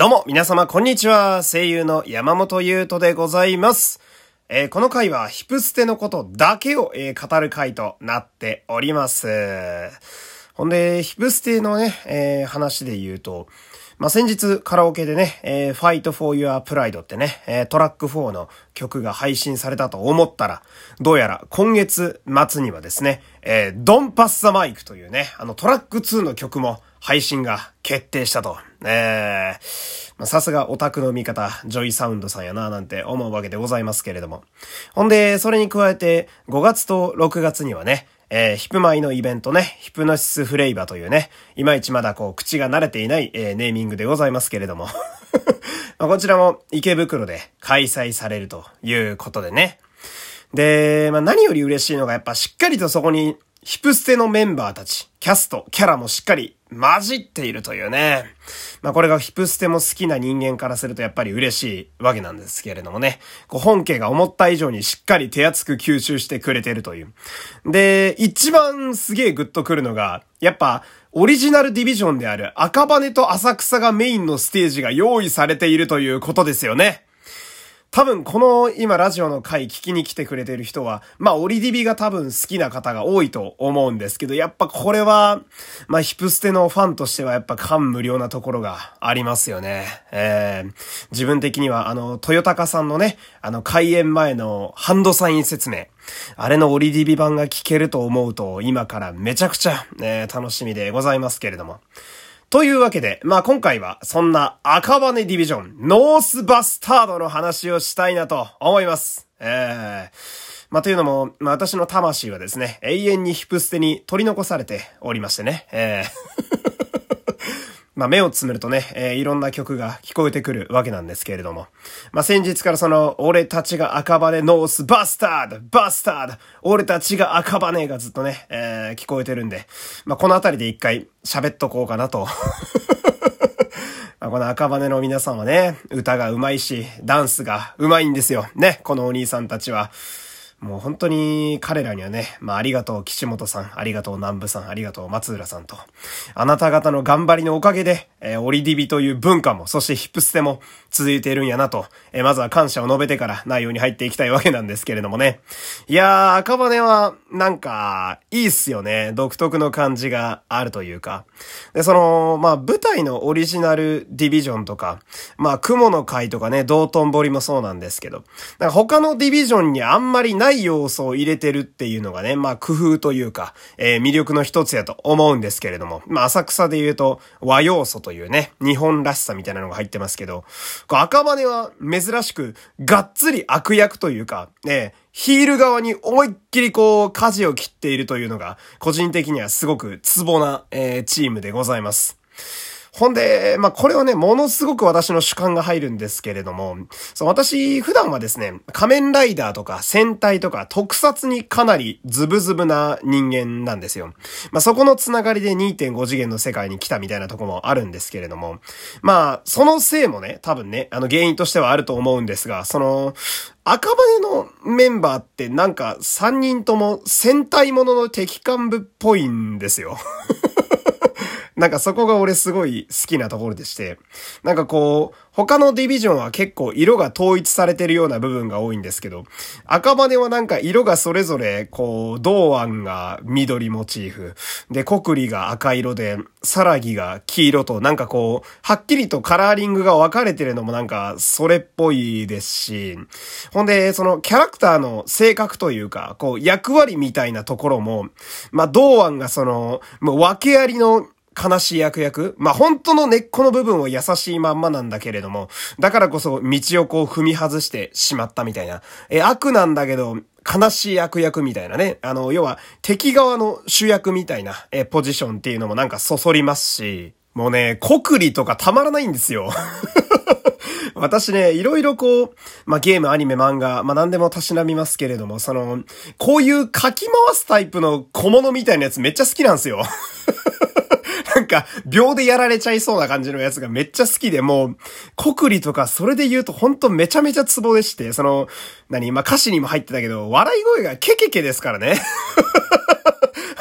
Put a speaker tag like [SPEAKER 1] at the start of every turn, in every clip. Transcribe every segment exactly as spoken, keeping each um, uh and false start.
[SPEAKER 1] どうも皆様こんにちは。声優の山本優斗でございます。えー、この回はヒプステのことだけを、えー、語る回となっております。ほんで、ヒプステのね、えー、話で言うと、まあ、先日カラオケでね、えー、Fight for Your Pride ってね、えー、トラックフォーの曲が配信されたと思ったら、どうやら今月末にはですね、えー、Don't Pass the Mic というね、あのトラックツーの曲も配信が決定したと。えー、まあ、さすがオタクの味方、ジョイサウンドさんやななんて思うわけでございますけれども。ほんで、それに加えてごがつとろくがつにはね、えー、ヒプマイのイベントね、ヒプノシスフレイバというね、いまいちまだこう口が慣れていない、えー、ネーミングでございますけれども。まあ、こちらも池袋で開催されるということでね。で、まあ、何より嬉しいのがやっぱしっかりとそこにヒプステのメンバーたち、キャスト、キャラもしっかり混じっているというね。まあこれがヒプステも好きな人間からするとやっぱり嬉しいわけなんですけれどもね。こう本家が思った以上にしっかり手厚く吸収してくれてるという。で、一番すげえグッとくるのが、やっぱオリジナルディビジョンである赤羽と浅草がメインのステージが用意されているということですよね。多分この今ラジオの回聞きに来てくれてる人は、まあオリディビが多分好きな方が多いと思うんですけど、やっぱこれは、まあヒプステのファンとしてはやっぱ感無量なところがありますよね。えー、自分的にはあの、トヨタカさんのね、あの開演前のハンドサイン説明、あれのオリディビ版が聞けると思うと今からめちゃくちゃ、ね、楽しみでございますけれども。というわけで、まあ今回はそんな赤羽ディビジョン、ノースバスタードの話をしたいなと思います。えー、まあというのも、まあ私の魂はですね、永遠にヒプステに取り残されておりましてね。えーまあ目をつむるとね、えー、いろんな曲が聞こえてくるわけなんですけれども。まあ先日からその、俺たちが赤羽ノースバスタードバスタード俺たちが赤羽がずっとね、えー、聞こえてるんで、まあこのあたりで一回喋っとこうかなと。まあこの赤羽の皆さんはね、歌が上手いし、ダンスが上手いんですよ。ね、このお兄さんたちは。もう本当に彼らにはね、まあありがとう岸本さん、ありがとう南部さん、ありがとう松浦さんと、あなた方の頑張りのおかげで、えー、オリディビという文化も、そしてヒプステも続いているんやなと、えー、まずは感謝を述べてから内容に入っていきたいわけなんですけれどもね。いやー、赤羽はなんかいいっすよね。独特の感じがあるというか。で、その、まあ舞台のオリジナルディビジョンとか、まあ雲の会とかね、道頓堀もそうなんですけど、なんか他のディビジョンにあんまりない要素を入れてるっていうのがね、まあ工夫というか、えー、魅力の一つやと思うんですけれども、まあ浅草で言うと和要素というね、日本らしさみたいなのが入ってますけど、こう赤羽は珍しくがっつり悪役というか、ね、ヒール側に思いっきりこう舵を切っているというのが個人的にはすごくツボな、えー、チームでございます。ほんで、まあ、これはね、ものすごく私の主観が入るんですけれども、そう、私、普段はですね、仮面ライダーとか戦隊とか特撮にかなりズブズブな人間なんですよ。まあ、そこのつながりで にてんご 次元の世界に来たみたいなとこもあるんですけれども、まあ、そのせいもね、多分ね、あの原因としてはあると思うんですが、その、赤羽のメンバーってなんかさんにんとも戦隊ものの敵幹部っぽいんですよ。なんかそこが俺すごい好きなところでして、なんかこう、他のディビジョンは結構色が統一されてるような部分が多いんですけど、赤羽はなんか色がそれぞれ、こう、道安が緑モチーフ、で、コクリが赤色で、サラギが黄色と、なんかこう、はっきりとカラーリングが分かれてるのもなんかそれっぽいですし、ほんで、そのキャラクターの性格というか、こう、役割みたいなところも、まあ、道安がその、もう訳ありの、悲しい役役まあ、本当の根っこの部分は優しいまんまなんだけれども、だからこそ道をこう踏み外してしまったみたいな。え、悪なんだけど、悲しい悪役みたいなね。あの、要は敵側の主役みたいな、え、ポジションっていうのもなんかそそりますし、もうね、コクリとかたまらないんですよ。私ね、いろいろこう、まあ、ゲーム、アニメ、漫画、まあ、何でもたしなみますけれども、その、こういうかき回すタイプの小物みたいなやつめっちゃ好きなんですよ。なんか、秒でやられちゃいそうな感じのやつがめっちゃ好きで、もう、コクリとかそれで言うとほんとめちゃめちゃツボでして、その、何、まあ、歌詞にも入ってたけど、笑い声がケケケですからね。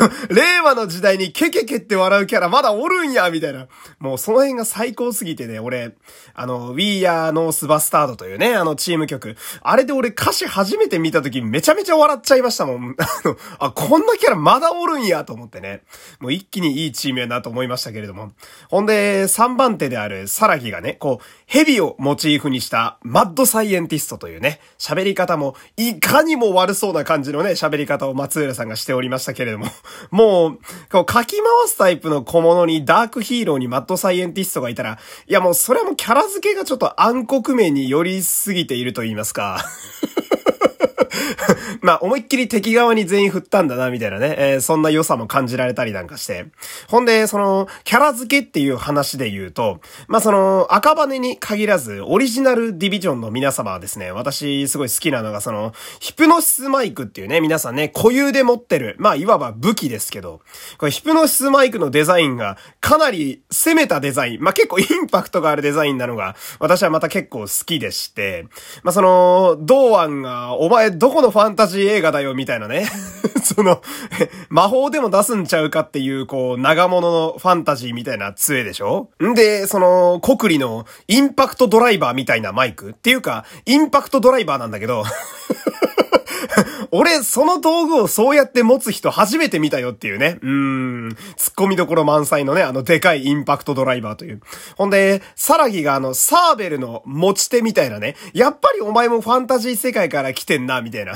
[SPEAKER 1] 令和の時代にケケケって笑うキャラまだおるんやみたいな。もうその辺が最高すぎてね、俺、あの、We Are North Bastard というね、あのチーム曲。あれで俺歌詞初めて見た時めちゃめちゃ笑っちゃいましたもん。あの、あ、こんなキャラまだおるんやと思ってね。もう一気にいいチームやなと思いましたけれども。ほんで、さんばん手であるサラギがね、こう、ヘビをモチーフにしたマッドサイエンティストというね、喋り方もいかにも悪そうな感じのね、喋り方を松浦さんがしておりましたけれども、もう、こう、かき回すタイプの小物にダークヒーローにマッドサイエンティストがいたら、いやもうそれはもうキャラ付けがちょっと暗黒面に寄りすぎていると言いますか。まあ、思いっきり敵側に全員振ったんだな、みたいなね、えー、そんな良さも感じられたりなんかして。ほんで、その、キャラ付けっていう話で言うと、まあ、その、赤羽に限らず、オリジナルディビジョンの皆様はですね、私すごい好きなのが、その、ヒプノシスマイクっていうね、皆さんね、固有で持ってる、まあ、いわば武器ですけど、これヒプノシスマイクのデザインが、かなり攻めたデザイン、まあ、結構インパクトがあるデザインなのが、私はまた結構好きでして、まあ、その、同案が、お前どこのファンタジー映画だよみたいなねその魔法でも出すんちゃうかっていうこう長物のファンタジーみたいな杖でしょ。んでその国理のインパクトドライバーみたいなマイクっていうかインパクトドライバーなんだけど俺、その道具をそうやって持つ人初めて見たよっていうね。うーん。突っ込みどころ満載のね、あのでかいインパクトドライバーという。ほんで、サラギがあの、サーベルの持ち手みたいなね。やっぱりお前もファンタジー世界から来てんな、みたいな。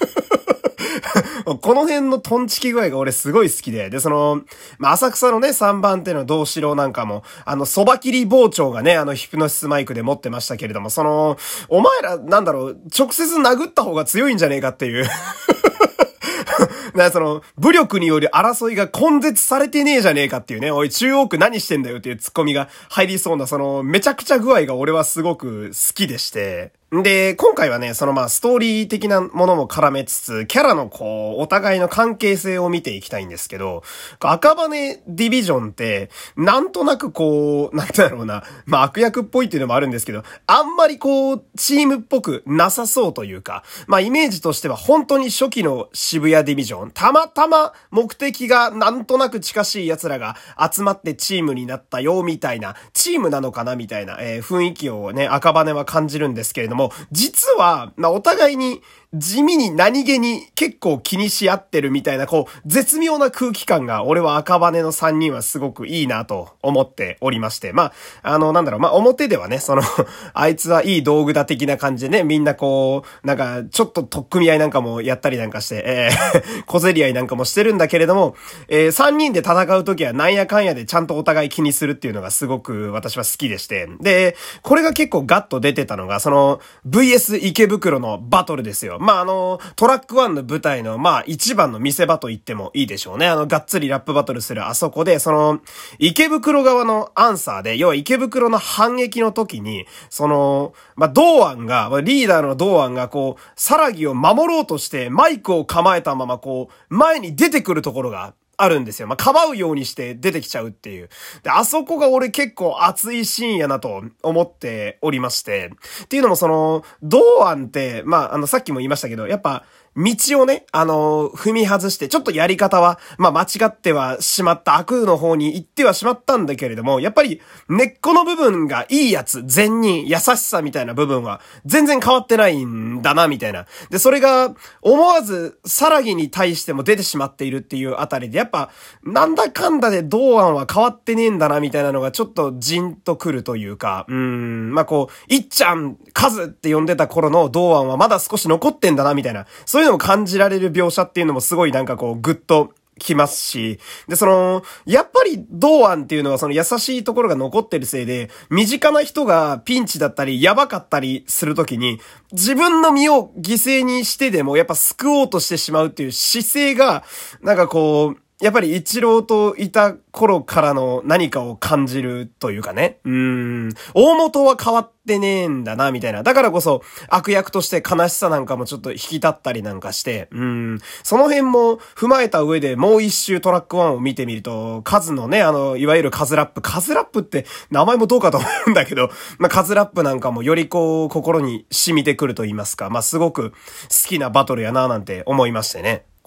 [SPEAKER 1] この辺のトンチキ具合が俺すごい好きで。で、その、まあ、浅草のね、さんばん手の道志郎なんかも、あの、そば切り包丁がね、あの、ヒプノシスマイクで持ってましたけれども、その、お前ら、なんだろう、直接殴った方が強いんじゃねえかっていう。だからその、武力による争いが根絶されてねえじゃねえかっていうね、おい、中央区何してんだよっていうツッコミが入りそうな、その、めちゃくちゃ具合が俺はすごく好きでして、で、今回はね、そのまあストーリー的なものも絡めつつ、キャラのこう、お互いの関係性を見ていきたいんですけど、赤羽ディビジョンって、なんとなくこう、なんだろうな、まあ悪役っぽいっていうのもあるんですけど、あんまりこう、チームっぽくなさそうというか、まあイメージとしては本当に初期の渋谷ディビジョン、たまたま目的がなんとなく近しい奴らが集まってチームになったよ、みたいな、チームなのかな、みたいな、えー、雰囲気をね、赤羽は感じるんですけれども、もう実は、まあ、お互いに地味に何気に結構気にし合ってるみたいな、こう、絶妙な空気感が、俺は赤羽のさんにんはすごくいいなと思っておりまして、まあ、あの、なんだろう、まあ、表ではね、その、あいつはいい道具だ的な感じでね、みんなこう、なんか、ちょっと取っ組み合いなんかもやったりなんかして、えー、小競り合いなんかもしてるんだけれども、えー、さんにんで戦うときはなんやかんやでちゃんとお互い気にするっていうのがすごく私は好きでして、で、これが結構ガッと出てたのが、その、ブイエス 池袋のバトルですよ。まあ、あの、トラックワンの舞台の、まあ、一番の見せ場と言ってもいいでしょうね。あの、がっつりラップバトルするあそこで、その、池袋側のアンサーで、要は池袋の反撃の時に、その、まあ、同案が、リーダーの同案が、こう、サラギを守ろうとして、マイクを構えたまま、こう、前に出てくるところが、あるんですよ。まあ、かばうようにして出てきちゃうっていう。で、あそこが俺結構熱いシーンやなと思っておりまして。っていうのもその、同案って、まあ、あの、さっきも言いましたけど、やっぱ、道をね、あのー、踏み外して、ちょっとやり方は、まあ、間違ってはしまった、悪の方に行ってはしまったんだけれども、やっぱり、根っこの部分がいいやつ、善人、優しさみたいな部分は、全然変わってないんだな、みたいな。で、それが、思わず、サラギに対しても出てしまっているっていうあたりで、やっぱ、なんだかんだで同案は変わってねえんだな、みたいなのが、ちょっとジンとくるというか、うーん、まあ、こう、いっちゃん、カズって呼んでた頃の同案はまだ少し残ってんだな、みたいな。そういうのを感じられる描写っていうのもすごいなんかこうグッときますし、で、その、やっぱり同案っていうのはその優しいところが残ってるせいで、身近な人がピンチだったりやばかったりするときに、自分の身を犠牲にしてでもやっぱ救おうとしてしまうっていう姿勢が、なんかこう、やっぱり一郎といた頃からの何かを感じるというかね。うーん。大元は変わってねえんだな、みたいな。だからこそ悪役として悲しさなんかもちょっと引き立ったりなんかして、うーん。その辺も踏まえた上でもう一周トラックワンを見てみると、カズのね、あの、いわゆるカズラップ。カズラップって名前もどうかと思うんだけど、まあ、カズラップなんかもよりこう、心に染みてくると言いますか。まあ、すごく好きなバトルやな、なんて思いましてね。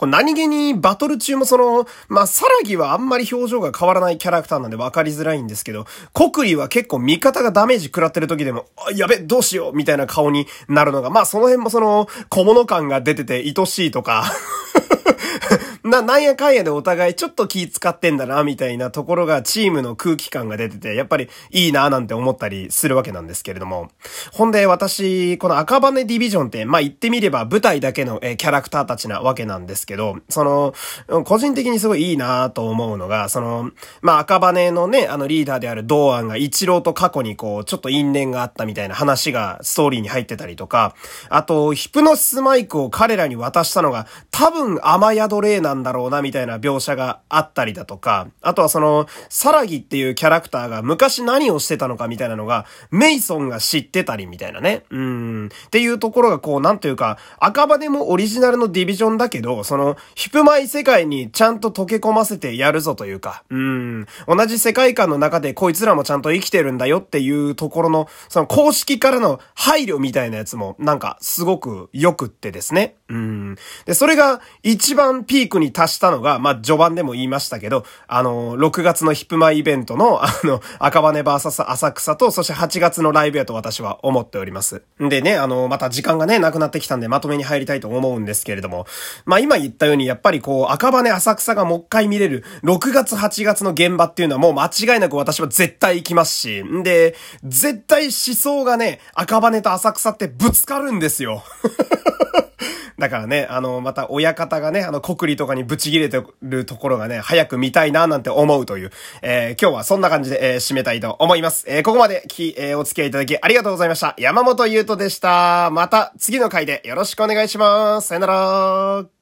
[SPEAKER 1] これ何気にバトル中もその、まあ、サラギはあんまり表情が変わらないキャラクターなんで分かりづらいんですけど、コクリは結構味方がダメージ食らってる時でも、あ、やべ、どうしようみたいな顔になるのが、まあ、その辺もその、小物感が出てて愛しいとか、な、なんやかんやでお互いちょっと気使ってんだな、みたいなところがチームの空気感が出てて、やっぱりいいな、なんて思ったりするわけなんですけれども。ほんで私、この赤羽ディビジョンって、まあ、言ってみれば舞台だけのえキャラクターたちなわけなんですけど、その、個人的にすごいいいなと思うのが、その、まあ、赤羽のね、あのリーダーである道安が一郎と過去にこう、ちょっと因縁があったみたいな話がストーリーに入ってたりとか、あと、ヒプノシスマイクを彼らに渡したのが、多分雨宿霊なんだろうな、みたいな描写があったりだとか、あとはその、サラギっていうキャラクターが昔何をしてたのかみたいなのが、メイソンが知ってたりみたいなね。うん。っていうところがこう、なんというか、赤羽もオリジナルのディビジョンだけど、その、ヒプマイ世界にちゃんと溶け込ませてやるぞというか、うん。同じ世界観の中でこいつらもちゃんと生きてるんだよっていうところの、その公式からの配慮みたいなやつも、なんか、すごく良くってですね。うん。で、それが一番ピークに達したのが、まあ、序盤でも言いましたけど、あの、ろくがつのヒップマイイベントの、あの、赤羽バーサス浅草と、そしてはちがつのライブやと私は思っております。でね、あの、また時間がね、なくなってきたんでまとめに入りたいと思うんですけれども、まあ、今言ったように、やっぱりこう、赤羽浅草がもう一回見れる、ろくがつはちがつの現場っていうのはもう間違いなく私は絶対行きますし、んで、絶対思想がね、赤羽と浅草ってぶつかるんですよ。だからね、あの、また親方がね、あの、国利とかにブチ切れてるところがね、早く見たいななんて思うという、えー、今日はそんな感じで、えー、締めたいと思います。えー、ここまでき、えー、お付き合いいただきありがとうございました。山本優斗でした。また次の回でよろしくお願いします。さよなら。